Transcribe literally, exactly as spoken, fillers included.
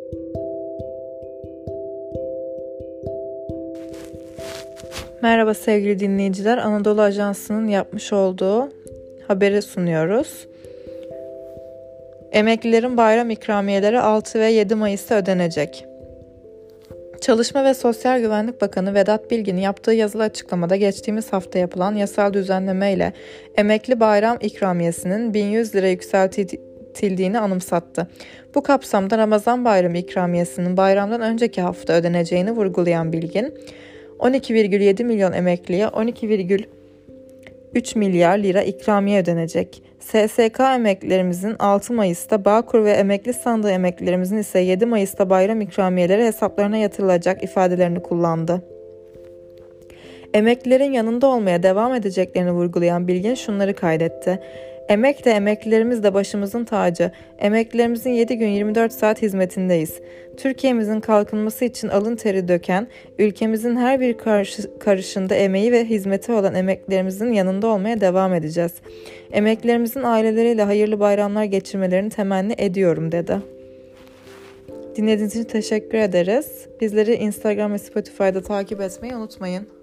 Merhaba sevgili dinleyiciler, Anadolu Ajansı'nın yapmış olduğu haberi sunuyoruz. Emeklilerin bayram ikramiyeleri altı ve yedi Mayıs'ta ödenecek. Çalışma ve Sosyal Güvenlik Bakanı Vedat Bilgin'in yaptığı yazılı açıklamada geçtiğimiz hafta yapılan yasal düzenleme ile emekli bayram ikramiyesinin bin yüz lira yükseltildiğini anımsattı. Bu kapsamda Ramazan bayramı ikramiyesinin bayramdan önceki hafta ödeneceğini vurgulayan Bilgin, on iki virgül yedi milyon emekliye on iki virgül üç milyar lira ikramiye ödenecek. S S K emeklilerimizin altı Mayıs'ta, Bağkur ve emekli sandığı emeklilerimizin ise yedi Mayıs'ta bayram ikramiyeleri hesaplarına yatırılacak ifadelerini kullandı. Emeklilerin yanında olmaya devam edeceklerini vurgulayan Bilgin şunları kaydetti. Emek de emeklilerimiz de başımızın tacı. Emeklilerimizin yedi gün yirmi dört saat hizmetindeyiz. Türkiye'mizin kalkınması için alın teri döken, ülkemizin her bir karışında emeği ve hizmeti olan emeklilerimizin yanında olmaya devam edeceğiz. Emeklilerimizin aileleriyle hayırlı bayramlar geçirmelerini temenni ediyorum dedi. Dinlediğiniz için teşekkür ederiz. Bizleri Instagram ve Spotify'da takip etmeyi unutmayın.